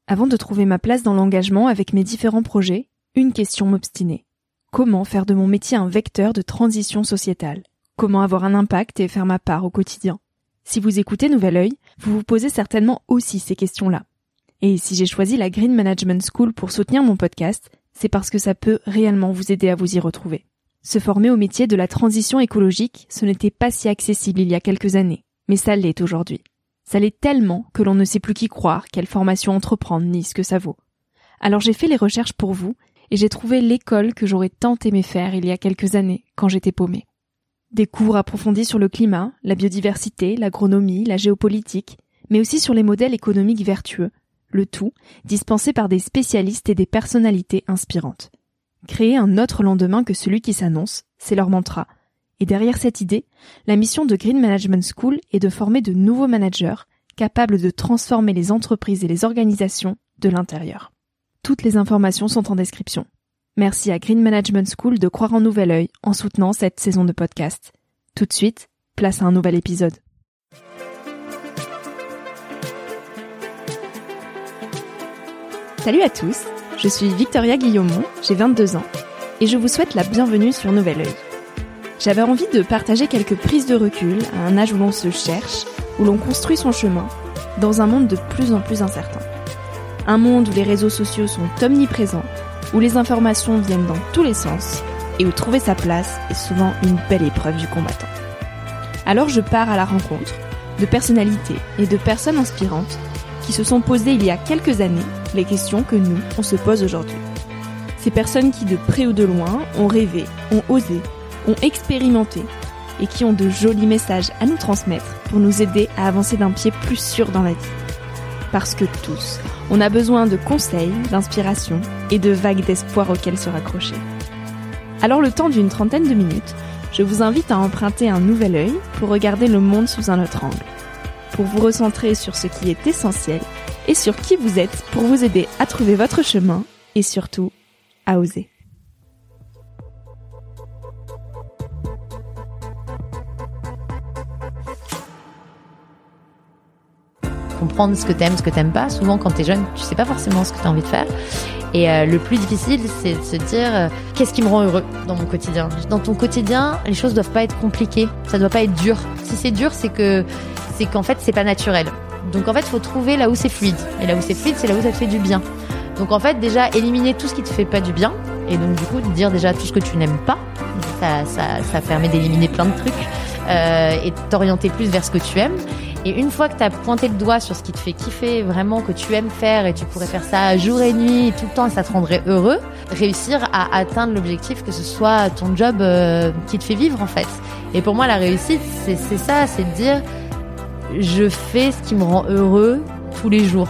Avant de trouver ma place dans l'engagement avec mes différents projets, une question m'obstinait. Comment faire de mon métier un vecteur de transition sociétale ? Comment avoir un impact et faire ma part au quotidien ? Si vous écoutez Nouvel Œil, vous vous posez certainement aussi ces questions-là. Et si j'ai choisi la Green Management School pour soutenir mon podcast, c'est parce que ça peut réellement vous aider à vous y retrouver. Se former au métier de la transition écologique, ce n'était pas si accessible il y a quelques années, mais ça l'est aujourd'hui. Ça l'est tellement que l'on ne sait plus qui croire, quelle formation entreprendre, ni ce que ça vaut. Alors j'ai fait les recherches pour vous, et j'ai trouvé l'école que j'aurais tant aimé faire il y a quelques années, quand j'étais paumée. Des cours approfondis sur le climat, la biodiversité, l'agronomie, la géopolitique, mais aussi sur les modèles économiques vertueux, le tout dispensé par des spécialistes et des personnalités inspirantes. Créer un autre lendemain que celui qui s'annonce, c'est leur mantra. Et derrière cette idée, la mission de Green Management School est de former de nouveaux managers capables de transformer les entreprises et les organisations de l'intérieur. Toutes les informations sont en description. Merci à Green Management School de croire en Nouvel Œil en soutenant cette saison de podcast. Tout de suite, place à un nouvel épisode. Salut à tous, je suis Victoria Guillaumont, j'ai 22 ans et je vous souhaite la bienvenue sur Nouvel Œil. J'avais envie de partager quelques prises de recul à un âge où l'on se cherche, où l'on construit son chemin, dans un monde de plus en plus incertain. Un monde où les réseaux sociaux sont omniprésents, où les informations viennent dans tous les sens, et où trouver sa place est souvent une belle épreuve du combattant. Alors je pars à la rencontre de personnalités et de personnes inspirantes qui se sont posées il y a quelques années les questions que nous, on se pose aujourd'hui. Ces personnes qui de près ou de loin ont rêvé, ont osé, ont expérimenté et qui ont de jolis messages à nous transmettre pour nous aider à avancer d'un pied plus sûr dans la vie. Parce que tous, on a besoin de conseils, d'inspiration et de vagues d'espoir auxquelles se raccrocher. Alors le temps d'une 30aine de minutes, je vous invite à emprunter un nouvel œil pour regarder le monde sous un autre angle, pour vous recentrer sur ce qui est essentiel et sur qui vous êtes pour vous aider à trouver votre chemin et surtout à oser. Comprendre ce que t'aimes pas. Souvent, quand t'es jeune, tu sais pas forcément ce que t'as envie de faire. Et le plus difficile, c'est de se dire qu'est-ce qui me rend heureux dans mon quotidien. Dans ton quotidien, les choses doivent pas être compliquées. Ça doit pas être dur. Si c'est dur, c'est qu'en fait, c'est pas naturel. Donc en fait, faut trouver là où c'est fluide. Et là où c'est fluide, c'est là où ça te fait du bien. Donc en fait, déjà, éliminer tout ce qui te fait pas du bien. Et donc du coup, de dire déjà tout ce que tu n'aimes pas. Ça permet d'éliminer plein de trucs. Et de t'orienter plus vers ce que tu aimes. Et une fois que tu as pointé le doigt sur ce qui te fait kiffer, vraiment que tu aimes faire et tu pourrais faire ça jour et nuit et tout le temps et ça te rendrait heureux, réussir à atteindre l'objectif que ce soit ton job qui te fait vivre en fait. Et pour moi la réussite c'est ça, c'est de dire je fais ce qui me rend heureux tous les jours.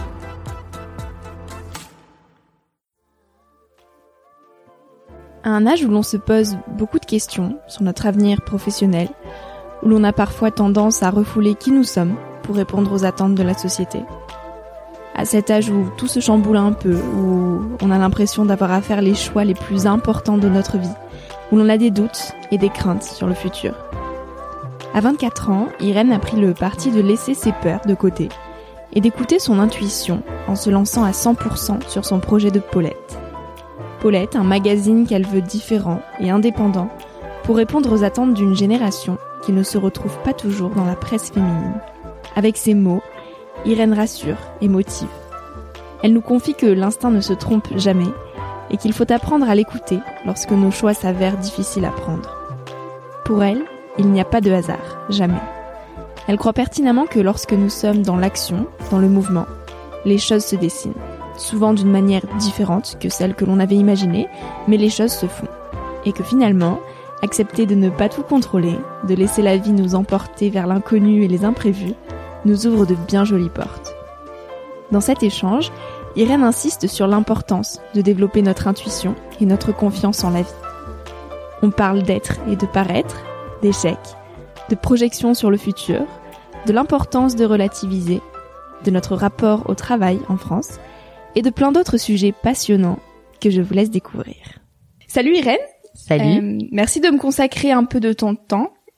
À un âge où l'on se pose beaucoup de questions sur notre avenir professionnel, où l'on a parfois tendance à refouler qui nous sommes pour répondre aux attentes de la société. À cet âge où tout se chamboule un peu, où on a l'impression d'avoir à faire les choix les plus importants de notre vie, où l'on a des doutes et des craintes sur le futur. À 24 ans, Irène a pris le parti de laisser ses peurs de côté et d'écouter son intuition en se lançant à 100% sur son projet de Paulette. Paulette, un magazine qu'elle veut différent et indépendant pour répondre aux attentes d'une génération qui ne se retrouve pas toujours dans la presse féminine. Avec ces mots, Irène rassure et motive. Elle nous confie que l'instinct ne se trompe jamais et qu'il faut apprendre à l'écouter lorsque nos choix s'avèrent difficiles à prendre. Pour elle, il n'y a pas de hasard, jamais. Elle croit pertinemment que lorsque nous sommes dans l'action, dans le mouvement, les choses se dessinent. Souvent d'une manière différente que celle que l'on avait imaginée, mais les choses se font. Et que finalement, accepter de ne pas tout contrôler, de laisser la vie nous emporter vers l'inconnu et les imprévus, nous ouvre de bien jolies portes. Dans cet échange, Irène insiste sur l'importance de développer notre intuition et notre confiance en la vie. On parle d'être et de paraître, d'échecs, de projections sur le futur, de l'importance de relativiser, de notre rapport au travail en France et de plein d'autres sujets passionnants que je vous laisse découvrir. Salut Irène! Salut. Merci de me consacrer un peu de ton temps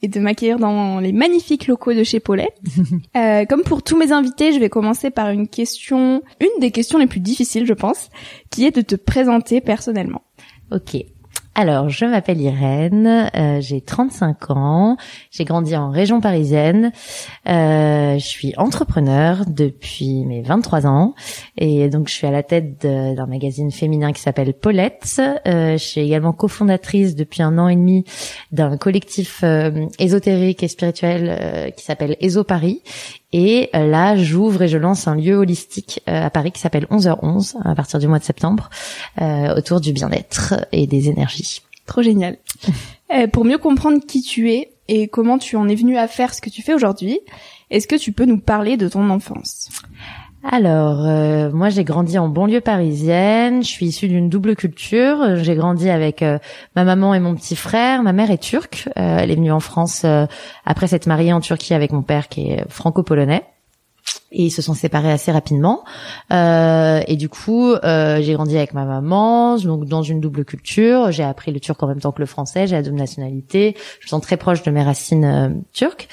et de m'accueillir dans les magnifiques locaux de chez Paulette. Comme pour tous mes invités, je vais commencer par une des questions les plus difficiles, je pense, qui est de te présenter personnellement. Ok. Alors, je m'appelle Irène, j'ai 35 ans, j'ai grandi en région parisienne, je suis entrepreneur depuis mes 23 ans et donc je suis à la tête d'un magazine féminin qui s'appelle Paulette. Je suis également cofondatrice depuis 1 an et demi d'un collectif ésotérique et spirituel qui s'appelle Éso Paris. Et là, j'ouvre et je lance un lieu holistique à Paris qui s'appelle 11h11 à partir du mois de septembre, autour du bien-être et des énergies. Trop génial. Pour mieux comprendre qui tu es et comment tu en es venue à faire ce que tu fais aujourd'hui, est-ce que tu peux nous parler de ton enfance ? Alors, moi j'ai grandi en banlieue parisienne, je suis issue d'une double culture, j'ai grandi avec ma maman et mon petit frère. Ma mère est turque, elle est venue en France après s'être mariée en Turquie avec mon père qui est franco-polonais. Et ils se sont séparés assez rapidement. Et du coup, j'ai grandi avec ma maman, donc dans une double culture. J'ai appris le turc en même temps que le français. J'ai la double nationalité. Je me sens très proche de mes racines turques.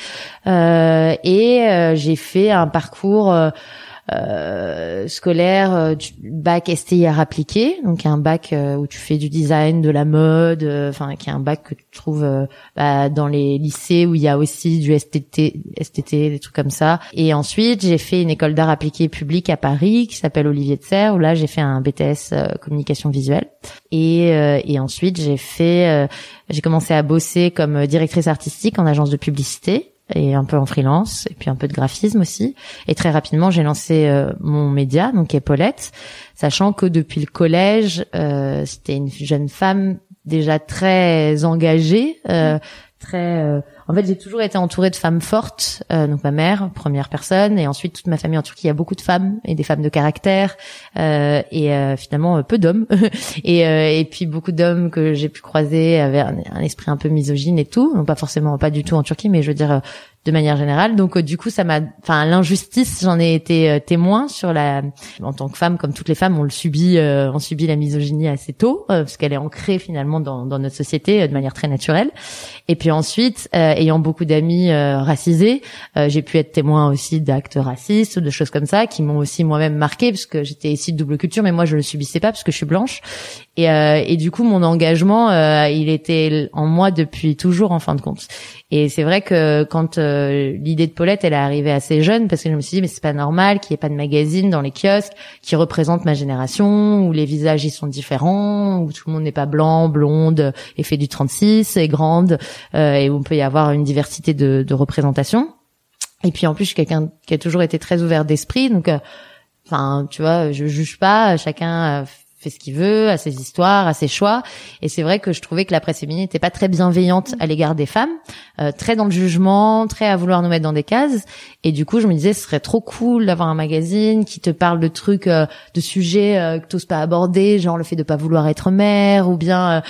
Et j'ai fait un parcours scolaire, bac STI art appliqué, donc un bac où tu fais du design, de la mode, qui est un bac que tu trouves dans les lycées où il y a aussi du STT, des trucs comme ça. Et ensuite, j'ai fait une école d'art appliqué publique à Paris qui s'appelle Olivier de Serres, où là j'ai fait un BTS communication visuelle. Et ensuite j'ai commencé à bosser comme directrice artistique en agence de publicité, et un peu en freelance, et puis un peu de graphisme aussi. Et très rapidement, j'ai lancé mon média, donc qui est Paulette, sachant que depuis le collège, c'était une jeune femme déjà très engagée, en fait, j'ai toujours été entourée de femmes fortes, donc ma mère, première personne, et ensuite toute ma famille en Turquie, il y a beaucoup de femmes et des femmes de caractère, et finalement peu d'hommes, et puis beaucoup d'hommes que j'ai pu croiser avaient un esprit un peu misogyne et tout, donc pas du tout en Turquie, mais je veux dire de manière générale. Donc du coup, l'injustice, j'en ai été témoin en tant que femme, comme toutes les femmes, on subit la misogynie assez tôt, parce qu'elle est ancrée finalement dans notre société de manière très naturelle. Et puis ensuite, ayant beaucoup d'amis racisés, j'ai pu être témoin aussi d'actes racistes, de choses comme ça, qui m'ont aussi moi-même marquée, parce que j'étais ici de double culture, mais moi je le subissais pas parce que je suis blanche. Et du coup, mon engagement, il était en moi depuis toujours, en fin de compte. Et c'est vrai que quand l'idée de Paulette, elle est arrivée assez jeune, parce que je me suis dit, mais c'est pas normal qu'il y ait pas de magazine dans les kiosques qui représente ma génération, où les visages y sont différents, où tout le monde n'est pas blanc, blonde, et fait du 36, et grande, et où on peut y avoir une diversité de représentation. Et puis en plus, je suis quelqu'un qui a toujours été très ouvert d'esprit, donc tu vois, je juge pas, chacun fait ce qu'il veut, à ses histoires, à ses choix. Et c'est vrai que je trouvais que la presse féminine n'était pas très bienveillante à l'égard des femmes, très dans le jugement, très à vouloir nous mettre dans des cases. Et du coup, je me disais, ce serait trop cool d'avoir un magazine qui te parle de trucs, de sujets que t'oses pas aborder, genre le fait de pas vouloir être mère, ou bien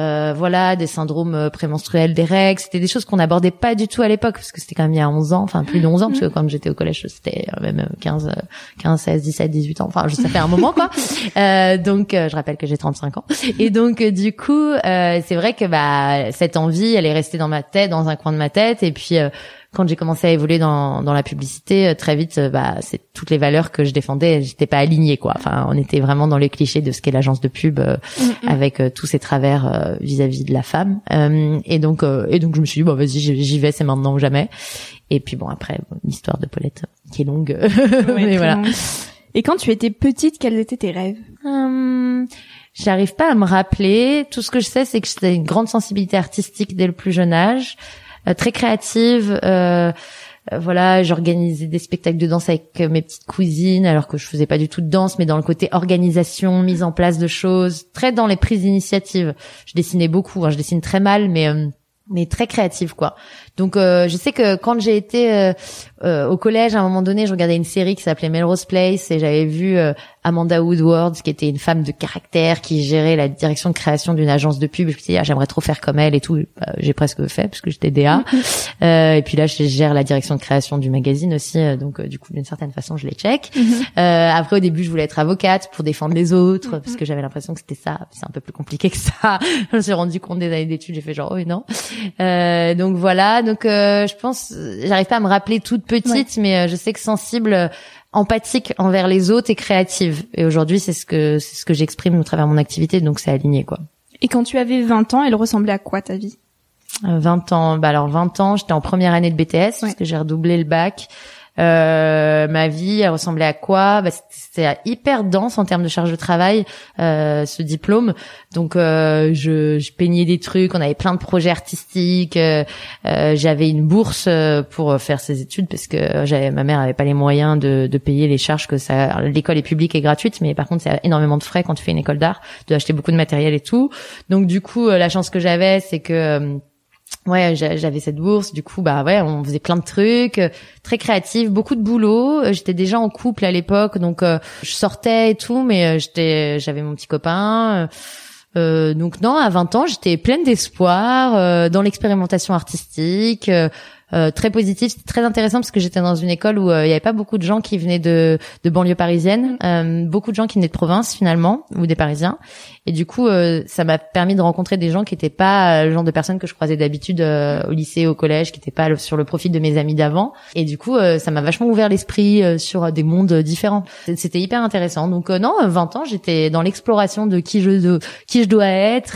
des syndromes prémenstruels, des règles. C'était des choses qu'on n'abordait pas du tout à l'époque, parce que c'était quand même il y a 11 ans, enfin plus de 11 ans, parce que quand j'étais au collège, c'était même 15, 16, 17, 18 ans. Enfin, ça fait un moment, quoi. Donc, je rappelle que j'ai 35 ans. Et donc, du coup, c'est vrai que cette envie, elle est restée dans ma tête, dans un coin de ma tête. Et puis, quand j'ai commencé à évoluer dans la publicité, très vite, c'est toutes les valeurs que je défendais, j'étais pas alignée, quoi. Enfin, on était vraiment dans les clichés de ce qu'est l'agence de pub, avec tous ces travers vis-à-vis de la femme. Et donc, je me suis dit, bon, vas-y, j'y vais, c'est maintenant ou jamais. Et puis bon, après, l'histoire de Paulette, qui est longue, mais voilà. Long. Et quand tu étais petite, quels étaient tes rêves ? J'arrive pas à me rappeler. Tout ce que je sais, c'est que j'avais une grande sensibilité artistique dès le plus jeune âge, très créative. J'organisais des spectacles de danse avec mes petites cousines, alors que je faisais pas du tout de danse, mais dans le côté organisation, mise en place de choses, très dans les prises d'initiative. Je dessinais beaucoup, je dessine très mal, mais très créative, quoi. Donc je sais que quand j'ai été au collège, à un moment donné, je regardais une série qui s'appelait Melrose Place, et j'avais vu Amanda Woodward, qui était une femme de caractère qui gérait la direction de création d'une agence de pub. Je me suis dit, j'aimerais trop faire comme elle et tout. J'ai presque fait, parce que j'étais DA. Et puis là, je gère la direction de création du magazine aussi, donc du coup, d'une certaine façon, je les check. Après, au début, je voulais être avocate pour défendre les autres, parce que j'avais l'impression que c'était ça. C'est un peu plus compliqué que ça. Je me suis rendu compte des années d'études, j'ai fait genre, oh non. Donc voilà. donc je pense, j'arrive pas à me rappeler toute petite, mais je sais que sensible, empathique envers les autres et créative. Et aujourd'hui, c'est ce que j'exprime au travers de mon activité, donc c'est aligné, quoi. Et quand tu avais 20 ans, elle ressemblait à quoi ta vie? 20 ans, 20 ans, j'étais en première année de BTS parce que j'ai redoublé le bac. Ma vie, elle ressemblait à quoi? C'était hyper dense en termes de charge de travail, ce diplôme. Donc je peignais des trucs, on avait plein de projets artistiques. J'avais une bourse pour faire ces études parce que ma mère avait pas les moyens de payer les charges que ça. L'école est publique et gratuite, mais par contre c'est énormément de frais quand tu fais une école d'art, de acheter beaucoup de matériel et tout. Donc du coup la chance que j'avais, c'est que j'avais cette bourse, du coup on faisait plein de trucs, très créatifs, beaucoup de boulot. J'étais déjà en couple à l'époque, donc je sortais et tout, mais j'avais mon petit copain. Donc non, à 20 ans, j'étais pleine d'espoir dans l'expérimentation artistique. Très positif, c'était très intéressant parce que j'étais dans une école où il y avait pas beaucoup de gens qui venaient de banlieue parisienne, beaucoup de gens qui venaient de province finalement, ou des Parisiens. Et du coup, ça m'a permis de rencontrer des gens qui étaient pas le genre de personnes que je croisais d'habitude au lycée, au collège, qui étaient pas sur le profil de mes amis d'avant. Et du coup, ça m'a vachement ouvert l'esprit sur des mondes différents. C'était hyper intéressant. Donc non, 20 ans, j'étais dans l'exploration de qui je dois être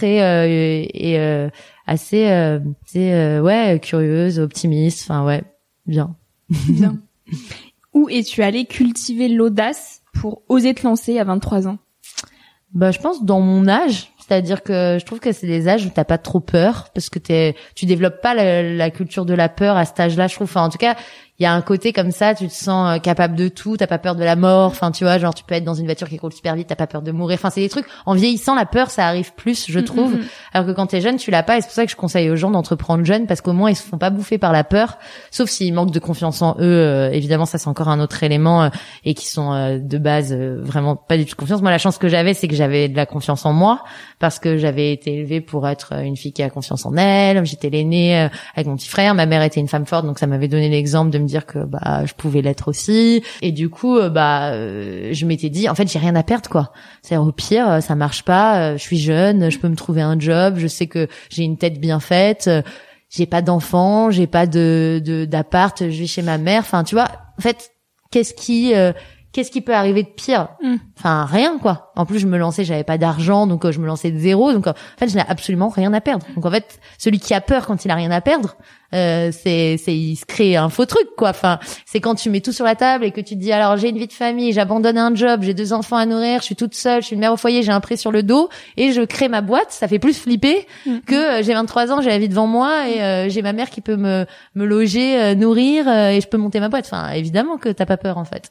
et assez curieuse, optimiste, bien. Bien. Où es-tu allée cultiver l'audace pour oser te lancer à 23 ans? Je pense dans mon âge, c'est-à-dire que je trouve que c'est des âges où t'as pas trop peur parce que tu développes pas la culture de la peur à cet âge-là, je trouve. Enfin, en tout cas, il y a un côté comme ça, tu te sens capable de tout, t'as pas peur de la mort. Enfin, tu vois, genre tu peux être dans une voiture qui roule super vite, t'as pas peur de mourir. Enfin, c'est des trucs. En vieillissant, la peur, ça arrive plus, je trouve. Alors que quand t'es jeune, tu l'as pas. Et c'est pour ça que je conseille aux gens d'entreprendre jeune parce qu'au moins ils se font pas bouffer par la peur. Sauf s'ils manquent de confiance en eux. Évidemment, ça c'est encore un autre élément et qui sont de base vraiment pas du tout de confiance. Moi, la chance que j'avais, c'est que j'avais de la confiance en moi parce que j'avais été élevée pour être une fille qui a confiance en elle. J'étais l'aînée avec mon petit frère. Ma mère était une femme forte, donc ça m'avait donné l'exemple de me dire que je pouvais l'être aussi. Et du coup je m'étais dit en fait j'ai rien à perdre, quoi. C'est au pire ça marche pas, je suis jeune, je peux me trouver un job, je sais que j'ai une tête bien faite, j'ai pas d'enfants, j'ai pas d'appart, je vis chez ma mère. Enfin tu vois, en fait qu'est-ce qui peut arriver de pire? Enfin rien, quoi. En plus je me lançais, j'avais pas d'argent, donc je me lançais de zéro, donc en fait je n'ai absolument rien à perdre. Donc en fait celui qui a peur quand il a rien à perdre, il se crée un faux truc, quoi. Enfin c'est quand tu mets tout sur la table et que tu te dis alors j'ai une vie de famille, j'abandonne un job, j'ai 2 enfants à nourrir, je suis toute seule, je suis une mère au foyer, j'ai un prêt sur le dos et je crée ma boîte. Ça fait plus flipper que j'ai 23 ans, j'ai la vie devant moi et j'ai ma mère qui peut me loger, nourrir et je peux monter ma boîte. Enfin évidemment que t'as pas peur en fait.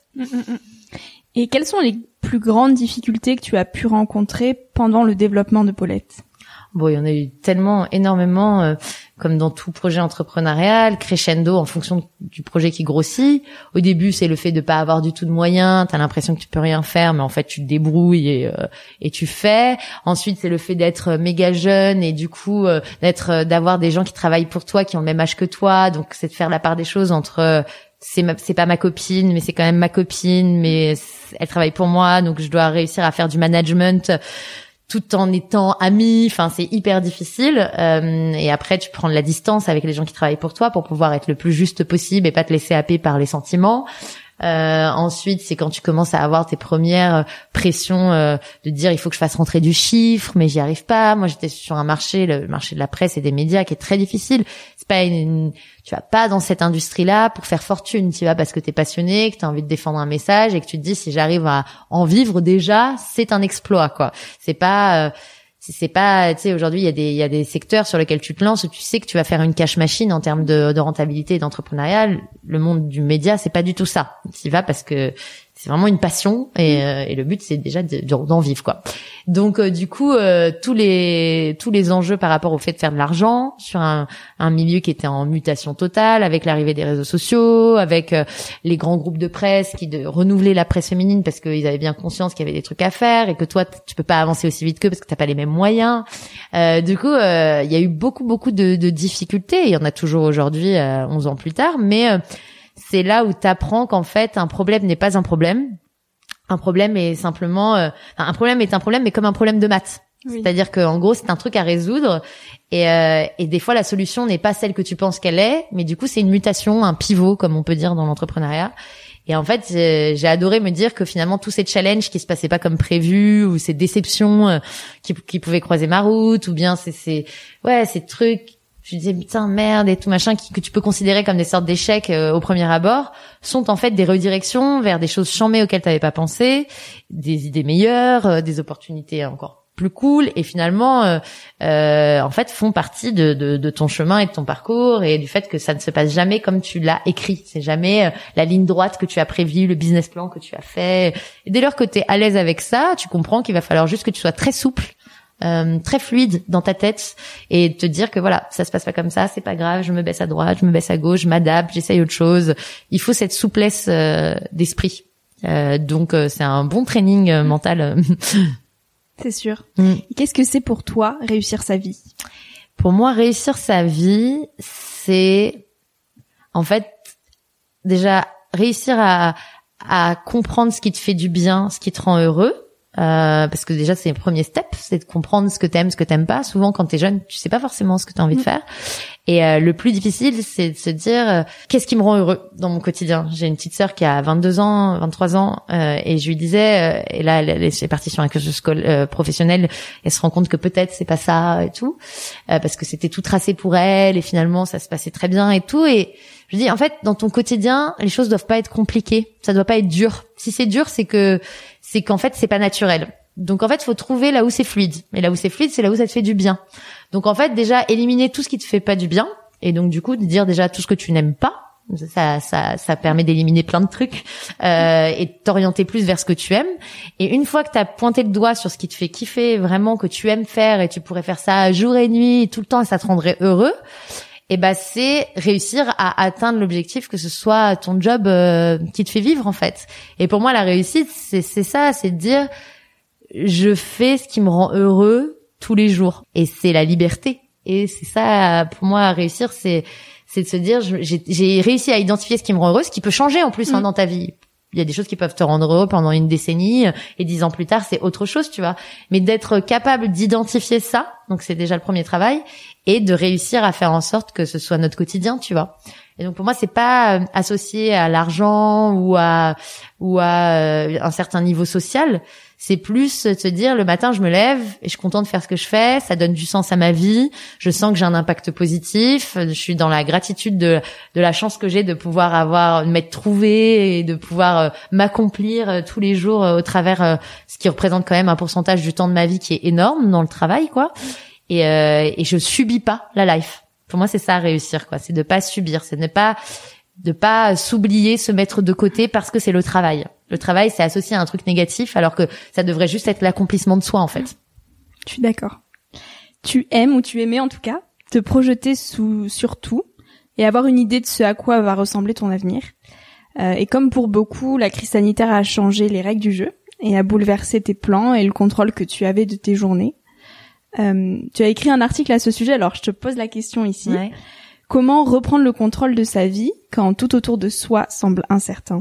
Et quelles sont les plus grandes difficultés que tu as pu rencontrer pendant le développement de Paulette? Bon, il y en a eu tellement, énormément, comme dans tout projet entrepreneurial, crescendo en fonction du projet qui grossit. Au début, c'est le fait de pas avoir du tout de moyens, t'as l'impression que tu peux rien faire, mais en fait, tu te débrouilles et tu fais. Ensuite, c'est le fait d'être méga jeune et du coup, d'avoir des gens qui travaillent pour toi, qui ont le même âge que toi. Donc, c'est de faire la part des choses entre c'est pas ma copine, mais c'est quand même ma copine, mais elle travaille pour moi, donc je dois réussir à faire du management tout en étant amie. Enfin, c'est hyper difficile. Et après, tu prends de la distance avec les gens qui travaillent pour toi pour pouvoir être le plus juste possible et pas te laisser happer par les sentiments. Ensuite, c'est quand tu commences à avoir tes premières pressions de dire il faut que je fasse rentrer du chiffre, mais j'y arrive pas. Moi, j'étais sur un marché, le marché de la presse et des médias, qui est très difficile. C'est pas tu vas pas dans cette industrie-là pour faire fortune. Tu vas parce que t'es passionné, que t'as envie de défendre un message et que tu te dis si j'arrive à en vivre déjà, c'est un exploit, quoi. C'est pas, tu sais, aujourd'hui, il y a des secteurs sur lesquels tu te lances où tu sais que tu vas faire une cash machine en termes de rentabilité et d'entrepreneuriat. Le monde du média, c'est pas du tout ça. Tu y vas parce que c'est vraiment une passion et le but, c'est déjà d'en vivre, quoi. Donc, du coup, tous les enjeux par rapport au fait de faire de l'argent sur un milieu qui était en mutation totale avec l'arrivée des réseaux sociaux, avec les grands groupes de presse qui renouvelaient la presse féminine parce qu'ils avaient bien conscience qu'il y avait des trucs à faire et que toi, tu peux pas avancer aussi vite qu'eux parce que t'as pas les mêmes moyens. Du coup, il y a eu beaucoup de difficultés. Il y en a toujours aujourd'hui, 11 ans plus tard, mais c'est là où t'apprends qu'en fait, un problème n'est pas un problème. Un problème est simplement, un problème est un problème, mais comme un problème de maths. Oui. C'est-à-dire que en gros, c'est un truc à résoudre et des fois la solution n'est pas celle que tu penses qu'elle est, mais du coup, c'est une mutation, un pivot comme on peut dire dans l'entrepreneuriat. Et en fait, j'ai adoré me dire que finalement tous ces challenges qui se passaient pas comme prévu ou ces déceptions qui pouvaient croiser ma route ou bien ces trucs, je disais putain merde et tout machin que tu peux considérer comme des sortes d'échecs au premier abord, sont en fait des redirections vers des choses chambées auxquelles t'avais pas pensé, des idées meilleures, des opportunités encore plus cool et finalement en fait font partie de ton chemin et de ton parcours et du fait que ça ne se passe jamais comme tu l'as écrit, c'est jamais la ligne droite que tu as prévue, le business plan que tu as fait. Et dès lors que tu es à l'aise avec ça, tu comprends qu'il va falloir juste que tu sois très souple, très fluide dans ta tête et te dire que voilà, ça se passe pas comme ça, c'est pas grave, je me baisse à droite, je me baisse à gauche, je m'adapte, j'essaye autre chose. Il faut cette souplesse d'esprit. Donc c'est un bon training mental. C'est sûr. Et qu'est-ce que c'est pour toi réussir sa vie? Pour moi, réussir sa vie, c'est en fait déjà réussir à comprendre ce qui te fait du bien, ce qui te rend heureux. Parce que déjà c'est le premier step, c'est de comprendre ce que t'aimes, ce que t'aimes pas. Souvent quand t'es jeune, tu sais pas forcément ce que t'as envie de faire. Et le plus difficile, c'est de se dire qu'est-ce qui me rend heureux dans mon quotidien. J'ai une petite sœur qui a 22 ans, 23 ans, et je lui disais, et là elle est partie sur un cursus professionnel, elle se rend compte que peut-être c'est pas ça et tout, parce que c'était tout tracé pour elle, et finalement ça se passait très bien et tout. Et je dis en fait dans ton quotidien, les choses doivent pas être compliquées, ça doit pas être dur. Si c'est dur, c'est qu'en fait c'est pas naturel. Donc en fait, faut trouver là où c'est fluide. Et là où c'est fluide, c'est là où ça te fait du bien. Donc en fait, déjà éliminer tout ce qui te fait pas du bien et donc du coup de dire déjà tout ce que tu n'aimes pas. Ça permet d'éliminer plein de trucs et de t'orienter plus vers ce que tu aimes. Et une fois que tu as pointé le doigt sur ce qui te fait kiffer vraiment, que tu aimes faire et tu pourrais faire ça jour et nuit tout le temps et ça te rendrait heureux, et c'est réussir à atteindre l'objectif, que ce soit ton job qui te fait vivre en fait. Et pour moi la réussite c'est ça, c'est de dire je fais ce qui me rend heureux tous les jours et c'est la liberté. Et c'est ça pour moi réussir, c'est de se dire j'ai réussi à identifier ce qui me rend heureux, ce qui peut changer en plus dans ta vie. Il y a des choses qui peuvent te rendre heureux pendant une décennie et 10 ans plus tard, c'est autre chose, tu vois. Mais d'être capable d'identifier ça, donc c'est déjà le premier travail, et de réussir à faire en sorte que ce soit notre quotidien, tu vois. Et donc pour moi, c'est pas associé à l'argent ou à un certain niveau social. C'est plus se dire le matin, je me lève et je suis contente de faire ce que je fais. Ça donne du sens à ma vie. Je sens que j'ai un impact positif. Je suis dans la gratitude de la chance que j'ai de pouvoir m'être trouvée et de pouvoir m'accomplir tous les jours au travers ce qui représente quand même un pourcentage du temps de ma vie qui est énorme dans le travail, quoi. Et je subis pas la life. Pour moi, c'est ça réussir, quoi. C'est de pas subir, c'est de pas s'oublier, se mettre de côté parce que c'est le travail. Le travail, c'est associé à un truc négatif, alors que ça devrait juste être l'accomplissement de soi, en fait. Je suis d'accord. Tu aimes, ou tu aimais en tout cas, te projeter sur tout et avoir une idée de ce à quoi va ressembler ton avenir. Et comme pour beaucoup, la crise sanitaire a changé les règles du jeu et a bouleversé tes plans et le contrôle que tu avais de tes journées. Tu as écrit un article à ce sujet, alors je te pose la question ici. Ouais. Comment reprendre le contrôle de sa vie quand tout autour de soi semble incertain?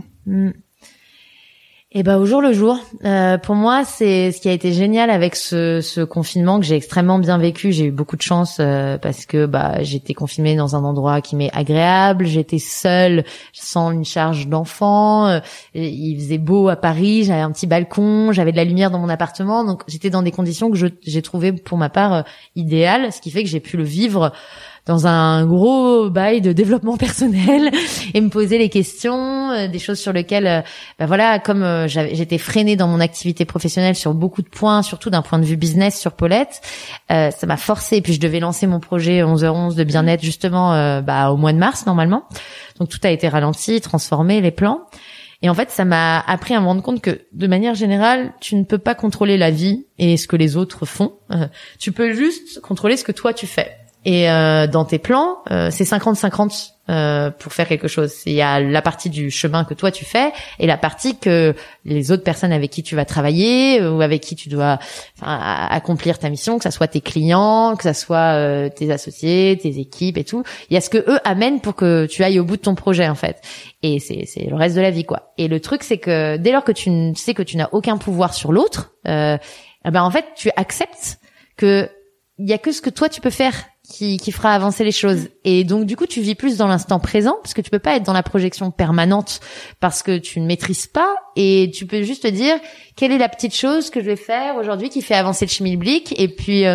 Et au jour le jour. Pour moi, c'est ce qui a été génial avec ce confinement que j'ai extrêmement bien vécu. J'ai eu beaucoup de chance parce que j'étais confinée dans un endroit qui m'est agréable. J'étais seule, sans une charge d'enfant. Il faisait beau à Paris. J'avais un petit balcon. J'avais de la lumière dans mon appartement. Donc j'étais dans des conditions que j'ai trouvées pour ma part idéales, ce qui fait que j'ai pu le vivre dans un gros bail de développement personnel et me poser les questions, des choses sur lesquelles, comme j'étais freinée dans mon activité professionnelle sur beaucoup de points, surtout d'un point de vue business sur Paulette, ça m'a forcée. Et puis je devais lancer mon projet 11h11 de bien-être justement au mois de mars normalement. Donc tout a été ralenti, transformé, les plans. Et en fait, ça m'a appris à me rendre compte que, de manière générale, tu ne peux pas contrôler la vie et ce que les autres font. Tu peux juste contrôler ce que toi tu fais. Et dans tes plans, c'est 50-50 pour faire quelque chose. Il y a la partie du chemin que toi tu fais et la partie que les autres personnes avec qui tu vas travailler ou avec qui tu dois accomplir ta mission, que ça soit tes clients, que ça soit tes associés, tes équipes et tout. Il y a ce que eux amènent pour que tu ailles au bout de ton projet en fait. Et c'est le reste de la vie, quoi. Et le truc, c'est que dès lors que tu sais que tu n'as aucun pouvoir sur l'autre, en fait, tu acceptes que il y a que ce que toi tu peux faire qui fera avancer les choses. Et donc du coup tu vis plus dans l'instant présent parce que tu peux pas être dans la projection permanente parce que tu ne maîtrises pas, et tu peux juste te dire quelle est la petite chose que je vais faire aujourd'hui qui fait avancer le schmilblick, et puis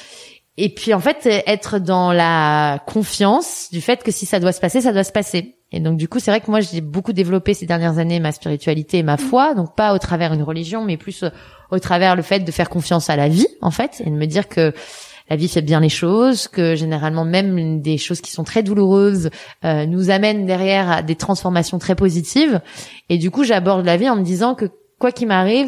en fait être dans la confiance du fait que si ça doit se passer, ça doit se passer. Et donc du coup c'est vrai que moi j'ai beaucoup développé ces dernières années ma spiritualité et ma foi, donc pas au travers une religion mais plus au travers le fait de faire confiance à la vie en fait, et de me dire que la vie fait bien les choses, que généralement même des choses qui sont très douloureuses nous amènent derrière à des transformations très positives. Et du coup, j'aborde la vie en me disant que quoi qu'il m'arrive,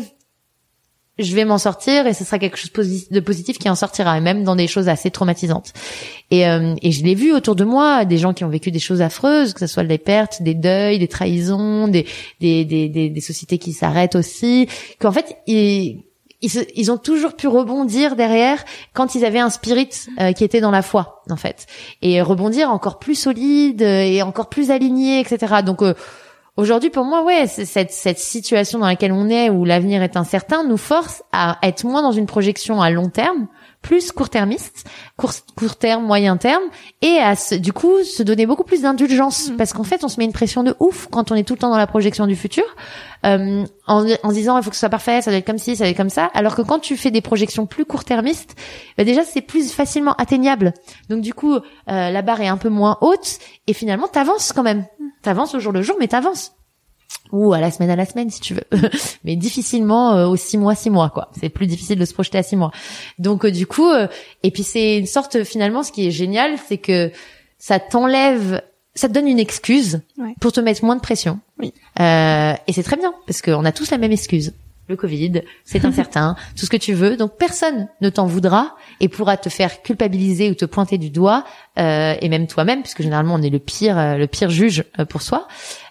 je vais m'en sortir et ce sera quelque chose de positif qui en sortira, et même dans des choses assez traumatisantes. Et je l'ai vu autour de moi, des gens qui ont vécu des choses affreuses, que ce soit des pertes, des deuils, des trahisons, des sociétés qui s'arrêtent aussi, qu'en fait ils ont toujours pu rebondir derrière quand ils avaient un spirit qui était dans la foi en fait, et rebondir encore plus solide et encore plus aligné, etc. Donc aujourd'hui pour moi cette situation dans laquelle on est où l'avenir est incertain nous force à être moins dans une projection à long terme, plus court-termiste, court terme, moyen terme, et à du coup se donner beaucoup plus d'indulgence, parce qu'en fait on se met une pression de ouf quand on est tout le temps dans la projection du futur, en se disant il faut que ce soit parfait, ça doit être comme ci, ça doit être comme ça, alors que quand tu fais des projections plus court-termistes, déjà c'est plus facilement atteignable. Donc du coup la barre est un peu moins haute et finalement t'avances quand même. T'avances au jour le jour, mais t'avances. Ou à la semaine si tu veux. Mais difficilement au 6 mois quoi. C'est plus difficile de se projeter à 6 mois. Donc du coup et puis c'est une sorte, finalement ce qui est génial, c'est que ça te donne une excuse pour te mettre moins de pression. Oui. Et c'est très bien parce qu'on a tous la même excuse. Le Covid, c'est incertain, tout ce que tu veux. Donc personne ne t'en voudra et pourra te faire culpabiliser ou te pointer du doigt, et même toi-même, puisque généralement on est le pire juge pour soi.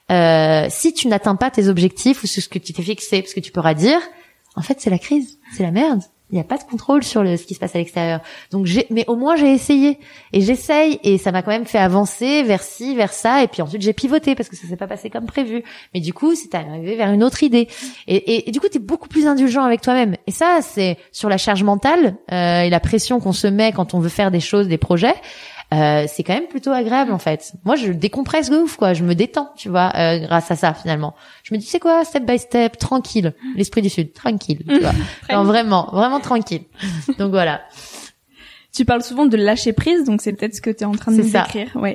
Si tu n'atteins pas tes objectifs ou ce que tu t'es fixé, parce que tu pourras dire, en fait c'est la crise, c'est la merde. Il n'y a pas de contrôle sur ce qui se passe à l'extérieur. Donc mais au moins j'ai essayé et j'essaye, et ça m'a quand même fait avancer vers ci, vers ça, et puis ensuite j'ai pivoté parce que ça s'est pas passé comme prévu. Mais du coup, c'est arrivé vers une autre idée. Et du coup, t'es beaucoup plus indulgent avec toi-même. Et ça, c'est sur la charge mentale et la pression qu'on se met quand on veut faire des choses, des projets. C'est quand même plutôt agréable en fait. Moi, je décompresse de ouf quoi. Je me détends, tu vois, grâce à ça finalement. Je me dis c'est quoi, step by step, tranquille. L'esprit du Sud, tranquille, tu vois. Non, vraiment tranquille. Donc voilà. Tu parles souvent de lâcher prise, donc c'est peut-être ce que tu es en train de nous décrire. Ouais.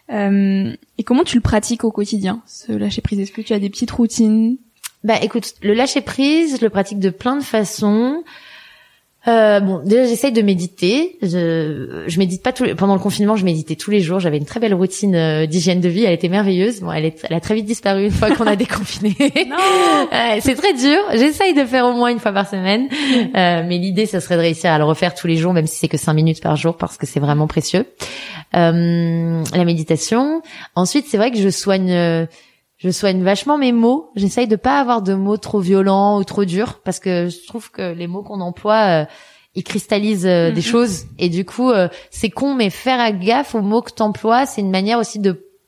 Et comment tu le pratiques au quotidien, ce lâcher prise? Est-ce que tu as des petites routines? Bah écoute, le lâcher prise, je le pratique de plein de façons. Bon, déjà j'essaye de méditer. Je médite pas pendant le confinement, je méditais tous les jours. J'avais une très belle routine d'hygiène de vie. Elle était merveilleuse. Bon, elle a très vite disparu une fois qu'on a déconfiné. Non, c'est très dur. J'essaye de faire au moins une fois par semaine, mais l'idée, ça serait de réussir à le refaire tous les jours, même si c'est que 5 minutes par jour, parce que c'est vraiment précieux. La méditation. Ensuite, c'est vrai que je soigne vachement mes mots. J'essaye de pas avoir de mots trop violents ou trop durs, parce que je trouve que les mots qu'on emploie, ils cristallisent des choses. Et du coup, c'est con, mais faire gaffe aux mots que t'emploies, c'est une manière aussi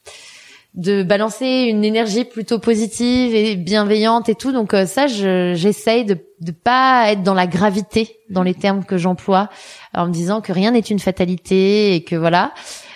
de balancer une énergie plutôt positive et bienveillante et tout. Donc ça, j'essaye de pas être dans la gravité dans les termes que j'emploie, en me disant que rien n'est une fatalité et que voilà.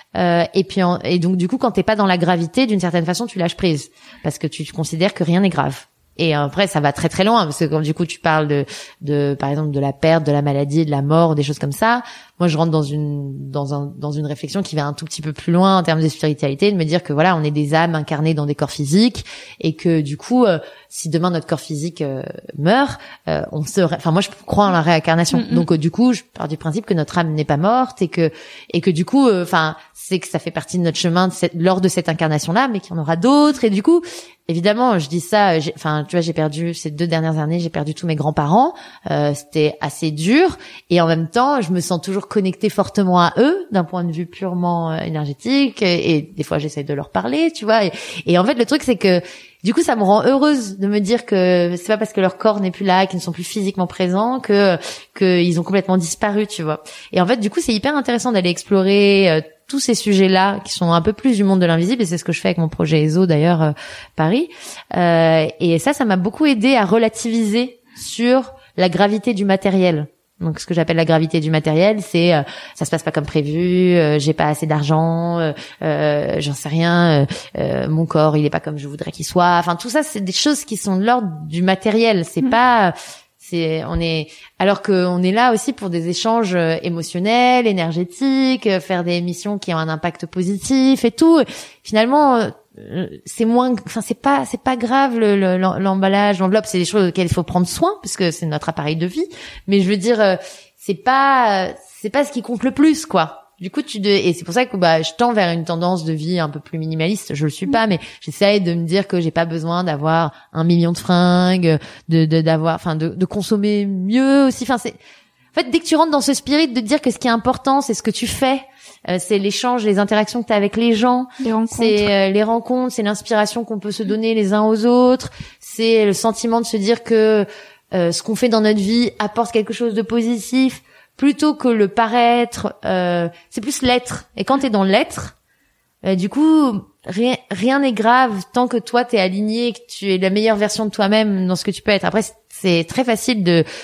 Et donc du coup, quand t'es pas dans la gravité, d'une certaine façon, tu lâches prise parce que tu considères que rien n'est grave. Et après, ça va très très loin parce que quand du coup tu parles de par exemple de la perte, de la maladie, de la mort, des choses comme ça. Moi, je rentre dans une réflexion qui va un tout petit peu plus loin en termes de spiritualité, de me dire que voilà, on est des âmes incarnées dans des corps physiques et que du coup, si demain notre corps physique meurt, moi je crois en la réincarnation. Donc du coup, je pars du principe que notre âme n'est pas morte et que du coup, c'est que ça fait partie de notre chemin lors de cette incarnation-là, mais qu'il y en aura d'autres. Et du coup, évidemment, je dis ça, tu vois, j'ai perdu ces 2 dernières années, j'ai perdu tous mes grands-parents. C'était assez dur. Et en même temps, je me sens toujours connectée fortement à eux, d'un point de vue purement énergétique. Et des fois, j'essaie de leur parler, tu vois. Et en fait, le truc, c'est que du coup, ça me rend heureuse de me dire que c'est pas parce que leur corps n'est plus là, qu'ils ne sont plus physiquement présents, que ils ont complètement disparu, tu vois. Et en fait, du coup, c'est hyper intéressant d'aller explorer tous ces sujets-là qui sont un peu plus du monde de l'invisible, et c'est ce que je fais avec mon projet ESO d'ailleurs, Paris. Et ça m'a beaucoup aidé à relativiser sur la gravité du matériel. Donc ce que j'appelle la gravité du matériel, c'est ça se passe pas comme prévu, j'ai pas assez d'argent, j'en sais rien, mon corps il est pas comme je voudrais qu'il soit. Enfin tout ça c'est des choses qui sont de l'ordre du matériel, c'est pas alors que on est là aussi pour des échanges émotionnels, énergétiques, faire des missions qui ont un impact positif et tout. Finalement c'est pas grave l'emballage, l'enveloppe, c'est des choses auxquelles il faut prendre soin parce que c'est notre appareil de vie, mais je veux dire c'est pas ce qui compte le plus quoi. Du coup et c'est pour ça que je tends vers une tendance de vie un peu plus minimaliste, je le suis pas mais j'essaie de me dire que j'ai pas besoin d'avoir 1 million de fringues, de consommer mieux aussi, en fait dès que tu rentres dans ce spirit de dire que ce qui est important c'est ce que tu fais, c'est l'échange, les interactions que tu as avec les gens, c'est les rencontres, c'est l'inspiration qu'on peut se donner les uns aux autres, c'est le sentiment de se dire que ce qu'on fait dans notre vie apporte quelque chose de positif plutôt que le paraître, c'est plus l'être. Et quand t'es dans l'être, du coup rien n'est grave tant que toi t'es aligné, que tu es la meilleure version de toi-même dans ce que tu peux être. Après c'est très facile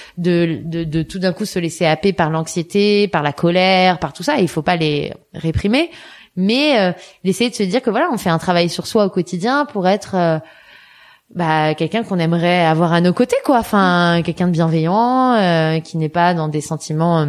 de tout d'un coup se laisser happer par l'anxiété, par la colère, par tout ça, et il faut pas les réprimer, mais d'essayer de se dire que voilà, on fait un travail sur soi au quotidien pour être quelqu'un qu'on aimerait avoir à nos côtés quoi, enfin quelqu'un de bienveillant, qui n'est pas dans des sentiments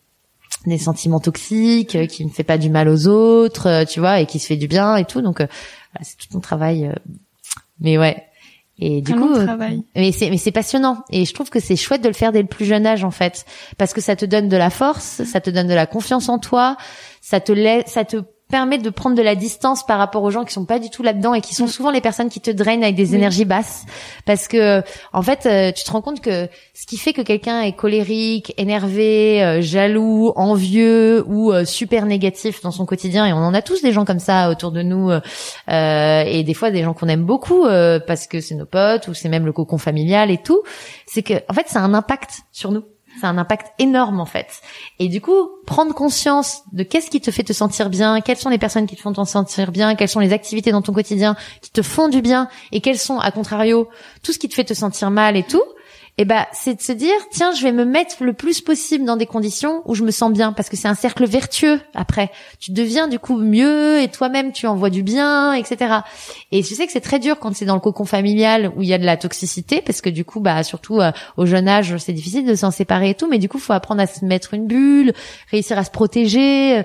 toxiques, qui ne fait pas du mal aux autres, tu vois, et qui se fait du bien et tout. Donc c'est tout ton travail, mais ouais. Et du coup mais c'est passionnant, et je trouve que c'est chouette de le faire dès le plus jeune âge en fait, parce que ça te donne de la force, ça te donne de la confiance en toi, ça te permet de prendre de la distance par rapport aux gens qui sont pas du tout là-dedans et qui sont souvent les personnes qui te drainent avec des énergies basses, parce que en fait tu te rends compte que ce qui fait que quelqu'un est colérique, énervé, jaloux, envieux ou super négatif dans son quotidien, et on en a tous des gens comme ça autour de nous, et des fois des gens qu'on aime beaucoup parce que c'est nos potes ou c'est même le cocon familial et tout, c'est que en fait ça a un impact sur nous. C'est un impact énorme en fait. Et du coup, prendre conscience de qu'est-ce qui te fait te sentir bien, quelles sont les personnes qui te font te sentir bien, quelles sont les activités dans ton quotidien qui te font du bien, et quelles sont, à contrario, tout ce qui te fait te sentir mal et tout, c'est de se dire, tiens, je vais me mettre le plus possible dans des conditions où je me sens bien, parce que c'est un cercle vertueux après. Tu deviens du coup mieux, et toi-même tu envoies du bien, etc. Et je sais que c'est très dur quand c'est dans le cocon familial où il y a de la toxicité, parce que du coup, surtout au jeune âge, c'est difficile de s'en séparer et tout, mais du coup, faut apprendre à se mettre une bulle, réussir à se protéger.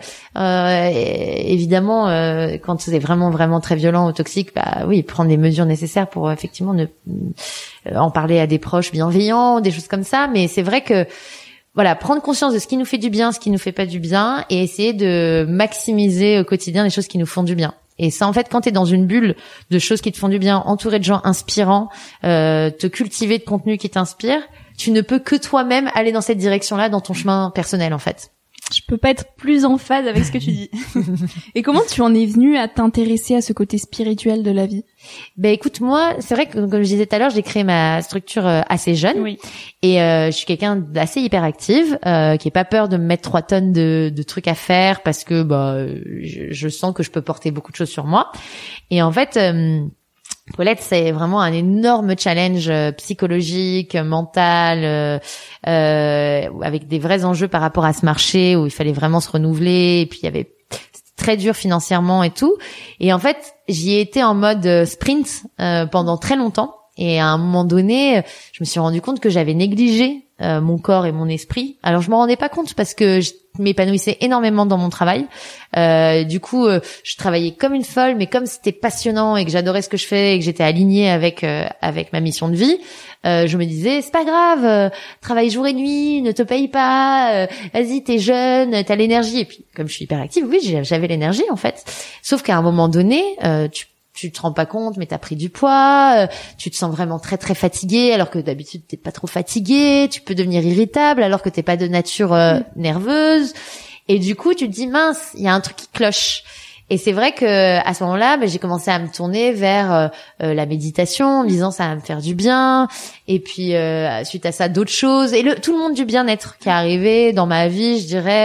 Évidemment, quand c'est vraiment, vraiment très violent ou toxique, oui, prendre les mesures nécessaires pour effectivement en parler à des proches bienveillants, des choses comme ça. Mais c'est vrai que voilà, prendre conscience de ce qui nous fait du bien, ce qui nous fait pas du bien, et essayer de maximiser au quotidien les choses qui nous font du bien. Et ça, en fait, quand t'es dans une bulle de choses qui te font du bien, entouré de gens inspirants, te cultiver de contenu qui t'inspire, tu ne peux que toi-même aller dans cette direction-là dans ton chemin personnel, en fait. Je peux pas être plus en phase avec ce que tu dis. Et comment tu en es venue à t'intéresser à ce côté spirituel de la vie? Écoute, moi, c'est vrai que, comme je disais tout à l'heure, j'ai créé ma structure assez jeune. Oui. Et je suis quelqu'un d'assez hyperactive, qui est pas peur de me mettre 3 tonnes de trucs à faire, parce que je sens que je peux porter beaucoup de choses sur moi. Et en fait, Paulette, c'est vraiment un énorme challenge psychologique, mental, avec des vrais enjeux par rapport à ce marché où il fallait vraiment se renouveler, et puis il y avait très dur financièrement et tout. Et en fait, j'y ai été en mode sprint pendant très longtemps. Et à un moment donné, je me suis rendu compte que j'avais négligé mon corps et mon esprit. Alors je m'en rendais pas compte parce que je m'épanouissais énormément dans mon travail. Du coup, je travaillais comme une folle, mais comme c'était passionnant et que j'adorais ce que je fais et que j'étais alignée avec ma mission de vie, je me disais c'est pas grave, travaille jour et nuit, ne te paye pas, vas-y, t'es jeune, t'as l'énergie. Et puis comme je suis hyperactive, oui, j'avais l'énergie en fait. Sauf qu'à un moment donné, tu te rends pas compte, mais t'as pris du poids, tu te sens vraiment très très fatigué, alors que d'habitude t'es pas trop fatigué, tu peux devenir irritable alors que t'es pas de nature nerveuse, et du coup tu te dis mince, il y a un truc qui cloche. Et c'est vrai que à ce moment-là, j'ai commencé à me tourner vers la méditation, en me disant ça va me faire du bien, et puis suite à ça d'autres choses, et tout le monde du bien-être qui est arrivé dans ma vie, je dirais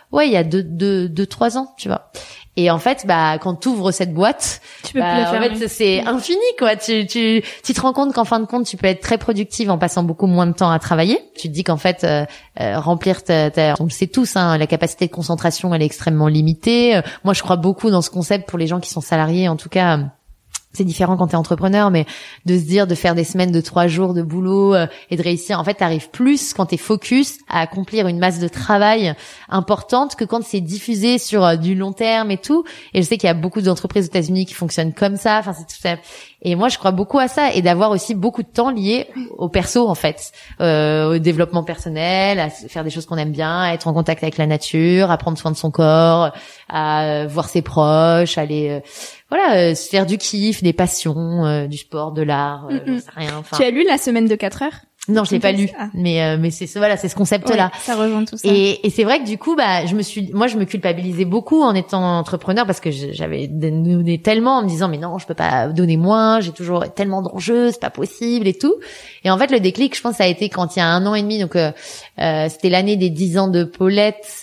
ouais, il y a 3 ans, tu vois. Et en fait, quand t'ouvres cette boîte, tu peux plus la fermer. En fait, c'est infini, quoi. Tu te rends compte qu'en fin de compte, tu peux être très productive en passant beaucoup moins de temps à travailler. Tu te dis qu'en fait, remplir on le sait tous, hein, la capacité de concentration, elle est extrêmement limitée. Moi, je crois beaucoup dans ce concept pour les gens qui sont salariés, en tout cas. C'est différent quand t'es entrepreneur, mais de se dire de faire des semaines de 3 jours de boulot et de réussir. En fait, t'arrives plus quand t'es focus à accomplir une masse de travail importante que quand c'est diffusé sur du long terme et tout. Et je sais qu'il y a beaucoup d'entreprises aux États-Unis qui fonctionnent comme ça. Enfin, c'est tout ça. Et moi, je crois beaucoup à ça et d'avoir aussi beaucoup de temps lié au perso, en fait, au développement personnel, à faire des choses qu'on aime bien, à être en contact avec la nature, à prendre soin de son corps, à voir ses proches, aller se faire du kiff, des passions, du sport, de l'art, j'en sais rien. Enfin, tu as lu La semaine de 4 heures? Non, je l'ai pas lu, mais c'est c'est ce concept-là. Ouais, ça rejoint tout ça. Et c'est vrai que du coup, je me culpabilisais beaucoup en étant entrepreneur parce que j'avais donné tellement en me disant mais non, je peux pas donner moins, j'ai toujours tellement d'enjeux, c'est pas possible et tout. Et en fait, le déclic, je pense, ça a été quand il y a 1 an et demi, donc c'était l'année des 10 ans de Paulette.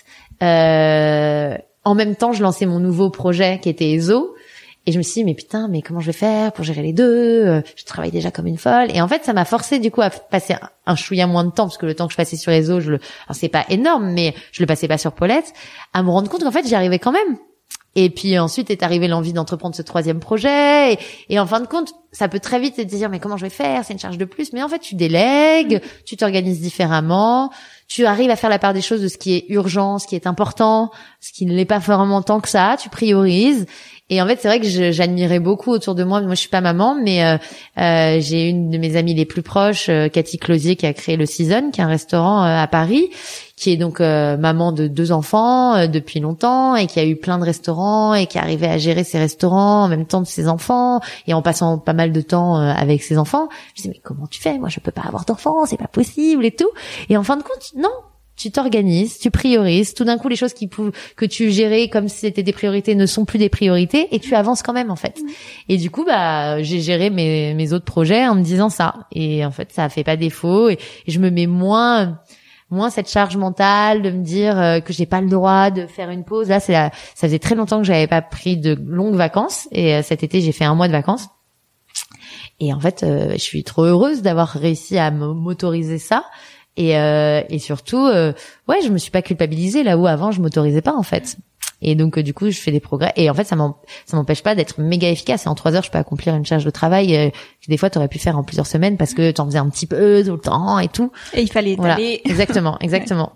En même temps, je lançais mon nouveau projet qui était ESO. Et je me suis dit, mais comment je vais faire pour gérer les deux? Je travaille déjà comme une folle. Et en fait, ça m'a forcé du coup à passer un chouïa moins de temps, parce que le temps que je passais sur les eaux, alors c'est pas énorme, mais je le passais pas sur Paulette, à me rendre compte qu'en fait, j'y arrivais quand même. Et puis ensuite est arrivée l'envie d'entreprendre ce 3e projet. Et en fin de compte, ça peut très vite te dire, mais comment je vais faire? C'est une charge de plus. Mais en fait, tu délègues, tu t'organises différemment. Tu arrives à faire la part des choses de ce qui est urgent, ce qui est important, ce qui ne l'est pas vraiment tant que ça. Tu priorises. Et en fait, c'est vrai que j'admirais beaucoup autour de moi. Moi, je suis pas maman, mais j'ai une de mes amies les plus proches, Cathy Closier, qui a créé le Season, qui est un restaurant à Paris, qui est donc maman de 2 enfants depuis longtemps et qui a eu plein de restaurants et qui arrivait à gérer ses restaurants en même temps de ses enfants et en passant pas mal de temps avec ses enfants. Je disais, mais comment tu fais? Moi, je peux pas avoir d'enfants, c'est pas possible et tout. Et en fin de compte, non. Tu t'organises, tu priorises. Tout d'un coup, les choses que tu gérais comme si c'était des priorités ne sont plus des priorités et tu avances quand même, en fait. Et du coup, j'ai géré mes autres projets en me disant ça. Et en fait, ça fait pas défaut et je me mets moins cette charge mentale de me dire que j'ai pas le droit de faire une pause. Là, ça faisait très longtemps que j'avais pas pris de longues vacances et cet été, j'ai fait 1 mois de vacances. Et en fait, je suis trop heureuse d'avoir réussi à m'autoriser ça. Et surtout, je me suis pas culpabilisée là où avant je m'autorisais pas en fait. Et donc du coup, je fais des progrès. Et en fait, ça m'empêche pas d'être méga efficace. Et en 3 heures, je peux accomplir une charge de travail que des fois t'aurais pu faire en plusieurs semaines parce que t'en faisais un petit peu tout le temps et tout. Et il fallait étaler. Voilà. Exactement.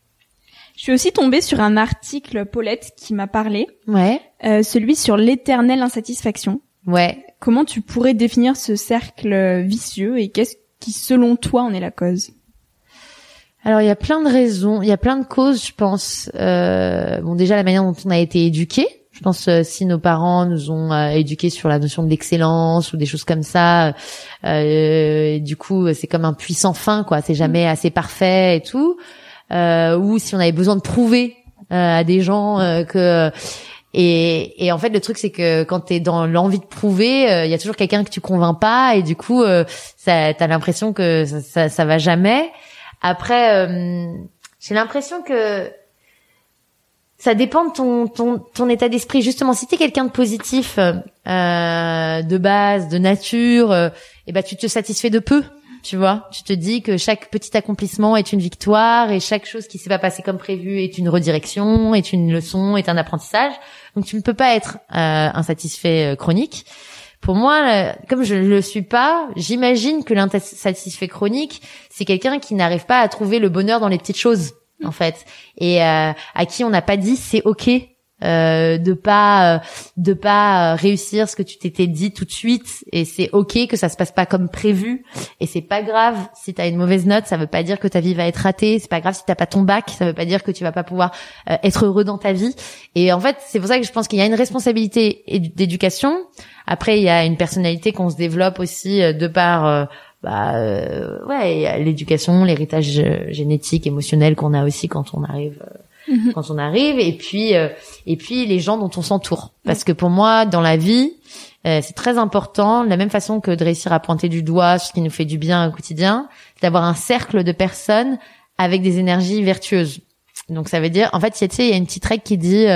Je suis aussi tombée sur un article, Paulette, qui m'a parlé. Ouais. Celui sur l'éternelle insatisfaction. Ouais. Comment tu pourrais définir ce cercle vicieux et qu'est-ce qui, selon toi, en est la cause? Alors il y a plein de raisons, il y a plein de causes, je pense. Déjà la manière dont on a été éduqués. Je pense si nos parents nous ont éduqués sur la notion de l'excellence ou des choses comme ça, du coup c'est comme un puits sans fin, quoi. C'est jamais assez parfait et tout. Ou si on avait besoin de prouver à des gens que et en fait le truc c'est que quand t'es dans l'envie de prouver, il y a toujours quelqu'un que tu convaincs pas et du coup t'as l'impression que ça va jamais. Après, j'ai l'impression que ça dépend de ton état d'esprit. Justement, si t'es quelqu'un de positif, de base, de nature, tu te satisfais de peu, tu vois. Tu te dis que chaque petit accomplissement est une victoire et chaque chose qui s'est pas passée comme prévu est une redirection, est une leçon, est un apprentissage. Donc tu ne peux pas être insatisfait chronique. Pour moi, comme je le suis pas, j'imagine que l'insatisfait chronique, c'est quelqu'un qui n'arrive pas à trouver le bonheur dans les petites choses, en fait, et à qui on n'a pas dit c'est ok de pas réussir ce que tu t'étais dit tout de suite, et c'est ok que ça se passe pas comme prévu, et c'est pas grave si t'as une mauvaise note, ça veut pas dire que ta vie va être ratée, c'est pas grave si t'as pas ton bac, ça veut pas dire que tu vas pas pouvoir être heureux dans ta vie. Et en fait, c'est pour ça que je pense qu'il y a une responsabilité d'éducation. Après, il y a une personnalité qu'on se développe aussi de par l'éducation, l'héritage génétique, émotionnel qu'on a aussi quand on arrive et puis les gens dont on s'entoure. Parce que pour moi, dans la vie, c'est très important, de la même façon que de réussir à pointer du doigt ce qui nous fait du bien au quotidien, d'avoir un cercle de personnes avec des énergies vertueuses. Donc ça veut dire, en fait, tu sais, il y a une petite règle qui dit,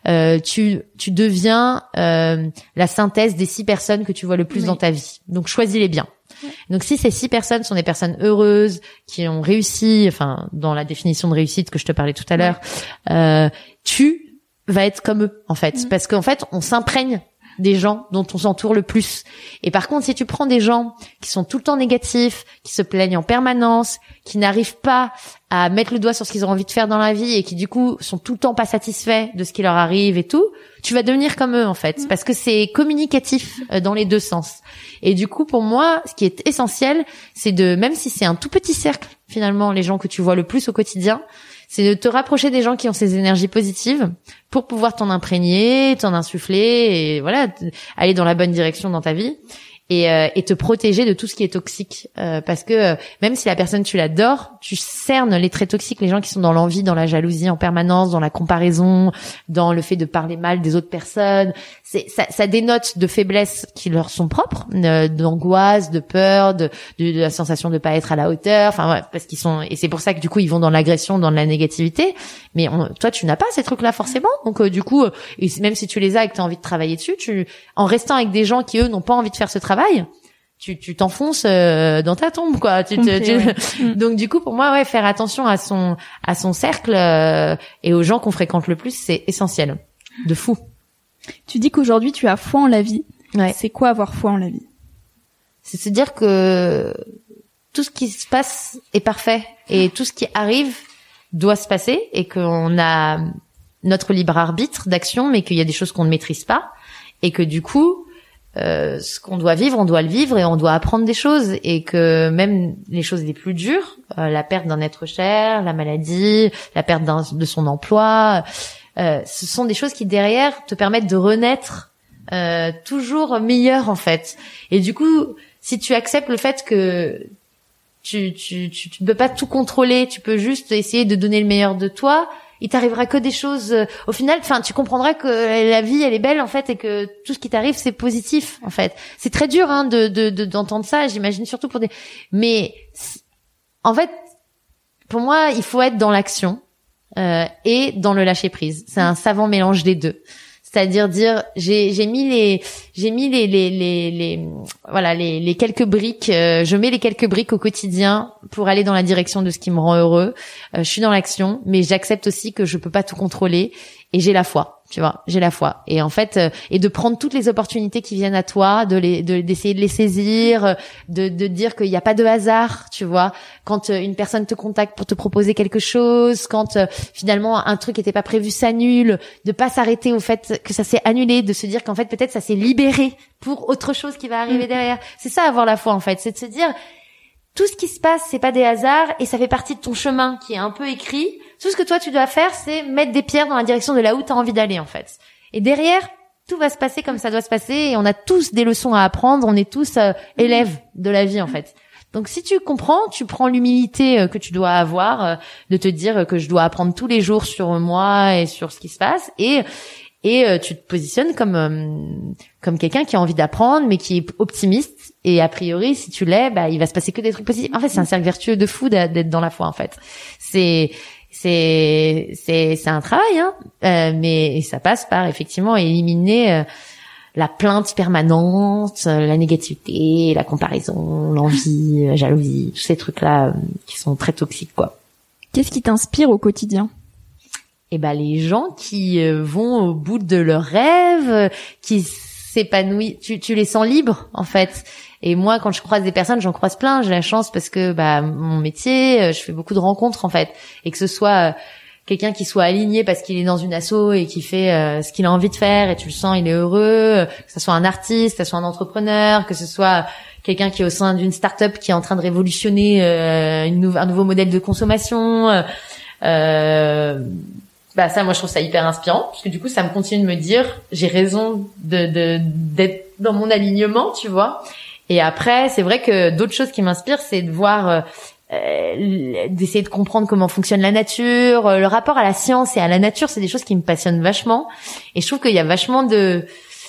tu deviens la synthèse des 6 personnes que tu vois le plus dans ta vie. Donc choisis-les bien. Donc si ces 6 personnes sont des personnes heureuses, qui ont réussi, enfin dans la définition de réussite que je te parlais tout à l'heure, tu vas être comme eux en fait, parce qu'en fait on s'imprègne des gens dont on s'entoure le plus. Et par contre, si tu prends des gens qui sont tout le temps négatifs, qui se plaignent en permanence, qui n'arrivent pas à mettre le doigt sur ce qu'ils ont envie de faire dans la vie et qui du coup sont tout le temps pas satisfaits de ce qui leur arrive et tout, tu vas devenir comme eux en fait, parce que c'est communicatif dans les deux sens. Et du coup, pour moi, ce qui est essentiel, c'est de, même si c'est un tout petit cercle finalement, les gens que tu vois le plus au quotidien, c'est de te rapprocher des gens qui ont ces énergies positives pour pouvoir t'en imprégner, t'en insuffler et voilà, aller dans la bonne direction dans ta vie et te protéger de tout ce qui est toxique, parce que même si la personne tu l'adores, tu cernes les traits toxiques, les gens qui sont dans l'envie, dans la jalousie en permanence, dans la comparaison, dans le fait de parler mal des autres personnes. Ça dénote de faiblesses qui leur sont propres, d'angoisse, de peur, de la sensation de pas être à la hauteur, enfin ouais, parce qu'ils sont, et c'est pour ça que du coup ils vont dans l'agression, dans la négativité. Mais toi tu n'as pas ces trucs là forcément, donc du coup, et même si tu les as et que tu as envie de travailler dessus, en restant avec des gens qui eux n'ont pas envie de faire ce travail, tu t'enfonces dans ta tombe quoi. Donc du coup pour moi faire attention à son cercle et aux gens qu'on fréquente le plus, c'est essentiel. De fou. Tu dis qu'aujourd'hui tu as foi en la vie. Ouais. C'est quoi avoir foi en la vie? C'est se dire que tout ce qui se passe est parfait et tout ce qui arrive doit se passer et qu'on a notre libre arbitre d'action, mais qu'il y a des choses qu'on ne maîtrise pas et que du coup ce qu'on doit vivre, on doit le vivre et on doit apprendre des choses, et que même les choses les plus dures, la perte d'un être cher, la maladie, la perte de son emploi, ce sont des choses qui derrière te permettent de renaître toujours meilleur en fait. Et du coup, si tu acceptes le fait que tu ne peux pas tout contrôler, tu peux juste essayer de donner le meilleur de toi, il t'arrivera que des choses au final, enfin tu comprendras que la vie elle est belle en fait et que tout ce qui t'arrive c'est positif en fait. C'est très dur hein d'entendre ça, j'imagine, surtout pour des, mais en fait pour moi il faut être dans l'action et dans le lâcher prise. C'est un savant mélange des deux. C'est-à-dire dire j'ai mis les quelques briques, je mets les quelques briques au quotidien pour aller dans la direction de ce qui me rend heureux. Je suis dans l'action, mais j'accepte aussi que je peux pas tout contrôler et j'ai la foi, tu vois, j'ai la foi. Et en fait et de prendre toutes les opportunités qui viennent à toi, d'essayer de les saisir, de dire qu'il n'y a pas de hasard, tu vois. Quand une personne te contacte pour te proposer quelque chose, quand finalement un truc était pas prévu s'annule, de pas s'arrêter au fait que ça s'est annulé, de se dire qu'en fait peut-être ça s'est libéré pour autre chose qui va arriver derrière. C'est ça avoir la foi en fait, c'est de se dire tout ce qui se passe c'est pas des hasards et ça fait partie de ton chemin qui est un peu écrit. Tout ce que toi tu dois faire c'est mettre des pierres dans la direction de là où tu as envie d'aller en fait. Et derrière tout va se passer comme ça doit se passer et on a tous des leçons à apprendre, on est tous élèves de la vie en fait. Donc si tu comprends, tu prends l'humilité que tu dois avoir, de te dire que je dois apprendre tous les jours sur moi et sur ce qui se passe, et tu te positionnes comme quelqu'un qui a envie d'apprendre mais qui est optimiste, et a priori si tu l'es, bah il va se passer que des trucs positifs. En fait, c'est un cercle vertueux de fou d'être dans la foi en fait. C'est un travail hein, mais ça passe par effectivement éliminer la plainte permanente, la négativité, la comparaison, l'envie, la jalousie, tous ces trucs-là qui sont très toxiques, quoi. Qu'est-ce qui t'inspire au quotidien? Eh ben, les gens qui vont au bout de leurs rêves, qui s'épanouissent, tu les sens libres, en fait. Et moi, quand je croise des personnes, j'en croise plein, j'ai la chance parce que, mon métier, je fais beaucoup de rencontres, en fait. Et que ce soit quelqu'un qui soit aligné parce qu'il est dans une asso et qui fait ce qu'il a envie de faire et tu le sens, il est heureux, que ce soit un artiste, que ce soit un entrepreneur, que ce soit quelqu'un qui est au sein d'une start-up qui est en train de révolutionner un nouveau modèle de consommation. Ça, moi, je trouve ça hyper inspirant parce que du coup, ça me continue de me dire j'ai raison d'être dans mon alignement, tu vois. Et après, c'est vrai que d'autres choses qui m'inspirent, c'est de voir d'essayer de comprendre comment fonctionne la nature, le rapport à la science et à la nature, c'est des choses qui me passionnent vachement. Et je trouve qu'il y a vachement de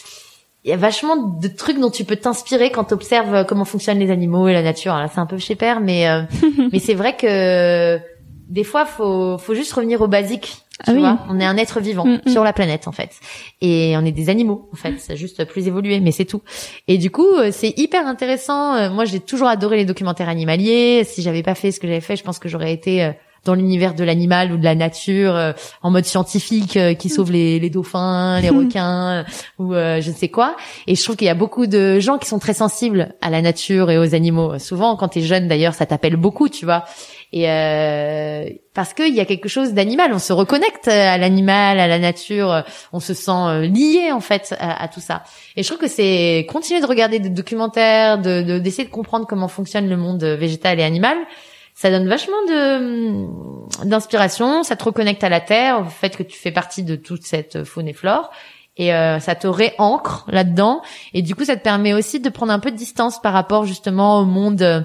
trucs dont tu peux t'inspirer quand tu observes comment fonctionnent les animaux et la nature. Alors là, c'est un peu chez père, mais c'est vrai que des fois, faut juste revenir au basique. Tu oui. vois, on est un être vivant sur la planète en fait, et on est des animaux en fait, c'est juste plus évolué, mais c'est tout. Et du coup, c'est hyper intéressant. Moi, j'ai toujours adoré les documentaires animaliers. Si j'avais pas fait ce que j'avais fait, je pense que j'aurais été dans l'univers de l'animal ou de la nature, en mode scientifique, qui sauve les dauphins, les requins, ou je ne sais quoi. Et je trouve qu'il y a beaucoup de gens qui sont très sensibles à la nature et aux animaux. Souvent, quand t'es jeune, d'ailleurs, ça t'appelle beaucoup, tu vois. Et parce qu'il y a quelque chose d'animal, on se reconnecte à l'animal, à la nature, on se sent lié en fait à tout ça. Et je trouve que c'est continuer de regarder des documentaires, d'essayer de comprendre comment fonctionne le monde végétal et animal. Ça donne vachement d'inspiration, ça te reconnecte à la terre, au fait que tu fais partie de toute cette faune et flore. Et ça te réancre là-dedans. Et du coup, ça te permet aussi de prendre un peu de distance par rapport justement au monde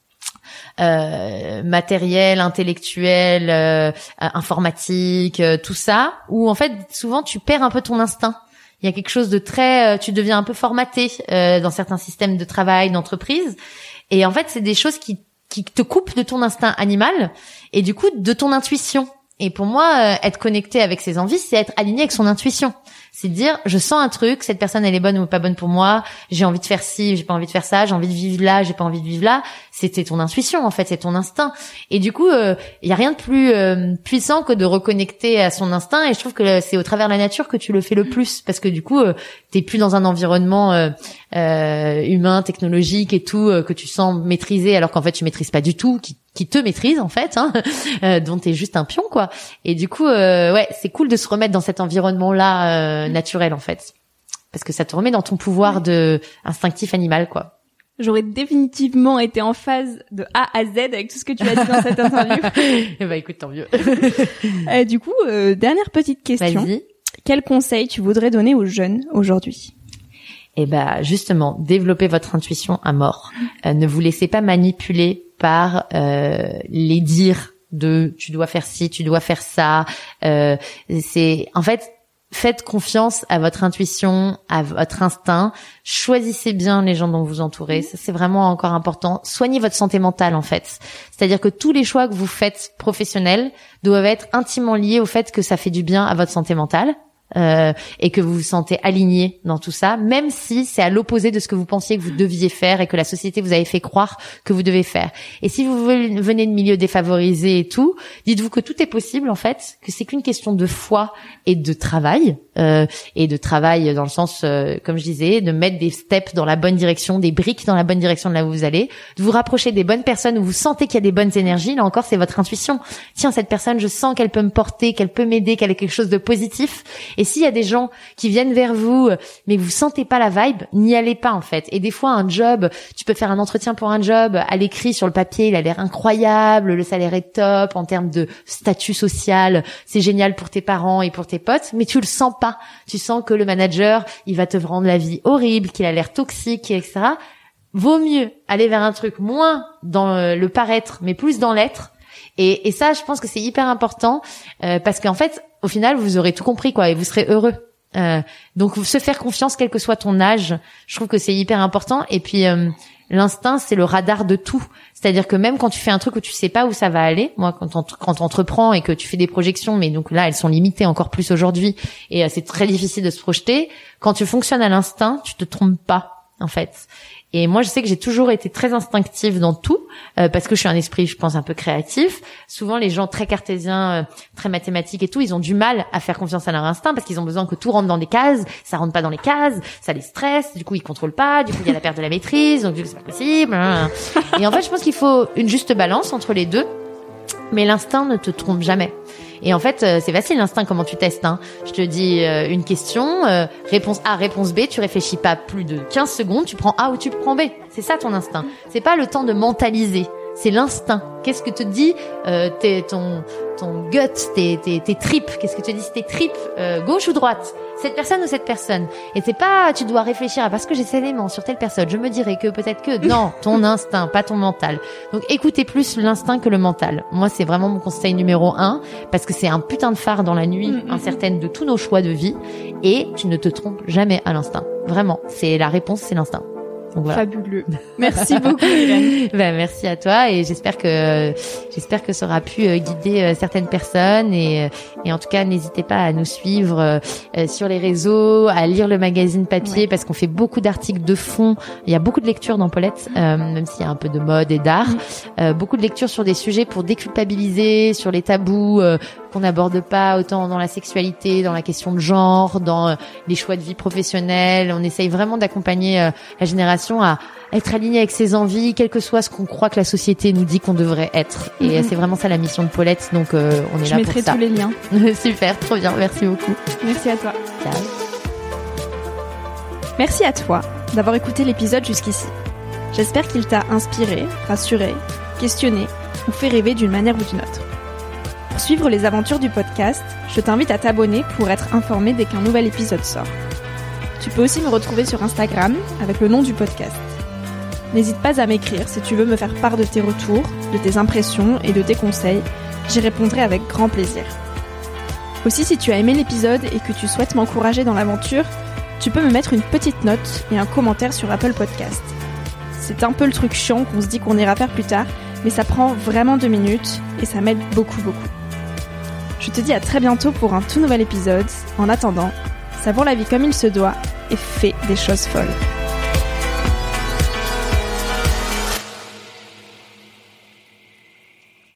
matériel, intellectuel, informatique, tout ça, où en fait souvent tu perds un peu ton instinct. Il y a quelque chose de très, tu deviens un peu formaté dans certains systèmes de travail, d'entreprise, et en fait c'est des choses qui te coupent de ton instinct animal et du coup de ton intuition. Et pour moi, être connecté avec ses envies, c'est être aligné avec son intuition. C'est dire, je sens un truc, cette personne elle est bonne ou pas bonne pour moi, j'ai envie de faire ci, j'ai pas envie de faire ça, j'ai envie de vivre là, j'ai pas envie de vivre là. C'était ton intuition en fait, c'est ton instinct. Et du coup, il y a rien de plus puissant que de reconnecter à son instinct. Et je trouve que c'est au travers de la nature que tu le fais le plus, parce que du coup, t'es plus dans un environnement humain, technologique et tout, que tu sens maîtriser, alors qu'en fait tu maîtrises pas du tout, qui te maîtrise en fait, dont t'es juste un pion quoi. Et du coup, ouais, c'est cool de se remettre dans cet environnement-là naturel en fait, parce que ça te remet dans ton pouvoir de instinctif animal quoi. J'aurais définitivement été en phase de A à Z avec tout ce que tu as dit dans cette interview. Eh ben écoute, tant mieux. Du coup, dernière petite question. Vas-y. Quel conseil tu voudrais donner aux jeunes aujourd'hui ? Eh ben justement, développez votre intuition à mort. Ne vous laissez pas manipuler par les dires de tu dois faire ci, tu dois faire ça. C'est en fait, faites confiance à votre intuition, à votre instinct. Choisissez bien les gens dont vous entourez. Ça, c'est vraiment encore important. Soignez votre santé mentale, en fait. C'est-à-dire que tous les choix que vous faites professionnels doivent être intimement liés au fait que ça fait du bien à votre santé mentale. Et que vous vous sentez aligné dans tout ça, même si c'est à l'opposé de ce que vous pensiez que vous deviez faire et que la société vous avait fait croire que vous devez faire. Et si vous venez de milieux défavorisés et tout, dites-vous que tout est possible en fait, que c'est qu'une question de foi et de travail, dans le sens, comme je disais, de mettre des steps dans la bonne direction, des briques dans la bonne direction de là où vous allez, de vous rapprocher des bonnes personnes où vous sentez qu'il y a des bonnes énergies. Là encore, c'est votre intuition. Tiens, cette personne, je sens qu'elle peut me porter, qu'elle peut m'aider, qu'elle a quelque chose de positif. Et s'il y a des gens qui viennent vers vous, mais que vous sentez pas la vibe, n'y allez pas en fait. Et des fois, un job, tu peux faire un entretien pour un job, à l'écrit sur le papier, il a l'air incroyable, le salaire est top, en termes de statut social, c'est génial pour tes parents et pour tes potes, mais tu le sens pas. Tu sens que le manager, il va te rendre la vie horrible, qu'il a l'air toxique, etc. Vaut mieux aller vers un truc moins dans le paraître, mais plus dans l'être. Et ça, je pense que c'est hyper important, parce qu'en fait, au final, vous aurez tout compris, quoi, et vous serez heureux. Donc, se faire confiance, quel que soit ton âge, je trouve que c'est hyper important. Et puis, l'instinct, c'est le radar de tout. C'est-à-dire que même quand tu fais un truc où tu sais pas où ça va aller, moi, quand t'entreprends et que tu fais des projections, mais donc là, elles sont limitées encore plus aujourd'hui, et c'est très difficile de se projeter. Quand tu fonctionnes à l'instinct, tu te trompes pas, en fait. Et moi, je sais que j'ai toujours été très instinctive dans tout, parce que je suis un esprit, je pense, un peu créatif. Souvent, les gens très cartésiens, très mathématiques et tout, ils ont du mal à faire confiance à leur instinct parce qu'ils ont besoin que tout rentre dans des cases. Ça rentre pas dans les cases, ça les stresse. Du coup, ils contrôlent pas. Du coup, il y a la perte de la maîtrise. Donc, du coup, c'est pas possible. Et en fait, je pense qu'il faut une juste balance entre les deux. Mais l'instinct ne te trompe jamais. Et en fait, c'est facile l'instinct, comment tu testes, hein. Je te dis une question, réponse A, réponse B, tu réfléchis pas plus de 15 secondes, tu prends A ou tu prends B. C'est ça ton instinct. C'est pas le temps de mentaliser, c'est l'instinct. Qu'est-ce que te dit ton gut, tes tripes, qu'est-ce que te dit tes tripes, gauche ou droite, cette personne ou cette personne. Et c'est pas tu dois réfléchir à parce que j'ai cet élément sur telle personne, je me dirais que peut-être que non, ton instinct, pas ton mental. Donc écoutez plus l'instinct que le mental. Moi, c'est vraiment mon conseil numéro 1 parce que c'est un putain de phare dans la nuit incertaine de tous nos choix de vie et tu ne te trompes jamais à l'instinct. Vraiment, c'est la réponse, c'est l'instinct. Donc voilà. Fabuleux. Merci beaucoup, Irène. Merci à toi et j'espère que ça aura pu guider certaines personnes et en tout cas n'hésitez pas à nous suivre sur les réseaux, à lire le magazine papier parce qu'on fait beaucoup d'articles de fond. Il y a beaucoup de lectures dans Paulette, même s'il y a un peu de mode et d'art. Beaucoup de lectures sur des sujets pour déculpabiliser, sur les tabous qu'on n'aborde pas, autant dans la sexualité, dans la question de genre, dans les choix de vie professionnelle. On essaye vraiment d'accompagner la génération à être alignée avec ses envies, quel que soit ce qu'on croit que la société nous dit qu'on devrait être. Et c'est vraiment ça la mission de Paulette, donc on est là pour ça. Je mettrai tous les liens. Super, trop bien, merci beaucoup. Merci à toi. Ciao. Merci à toi d'avoir écouté l'épisode jusqu'ici. J'espère qu'il t'a inspiré, rassuré, questionné ou fait rêver d'une manière ou d'une autre. Pour suivre les aventures du podcast, je t'invite à t'abonner pour être informé dès qu'un nouvel épisode sort. Tu peux aussi me retrouver sur Instagram avec le nom du podcast. N'hésite pas à m'écrire si tu veux me faire part de tes retours, de tes impressions et de tes conseils. J'y répondrai avec grand plaisir. Aussi, si tu as aimé l'épisode et que tu souhaites m'encourager dans l'aventure, tu peux me mettre une petite note et un commentaire sur Apple Podcast. C'est un peu le truc chiant qu'on se dit qu'on ira faire plus tard, mais ça prend vraiment 2 minutes et ça m'aide beaucoup. Je te dis à très bientôt pour un tout nouvel épisode. En attendant, savoure la vie comme il se doit et fais des choses folles.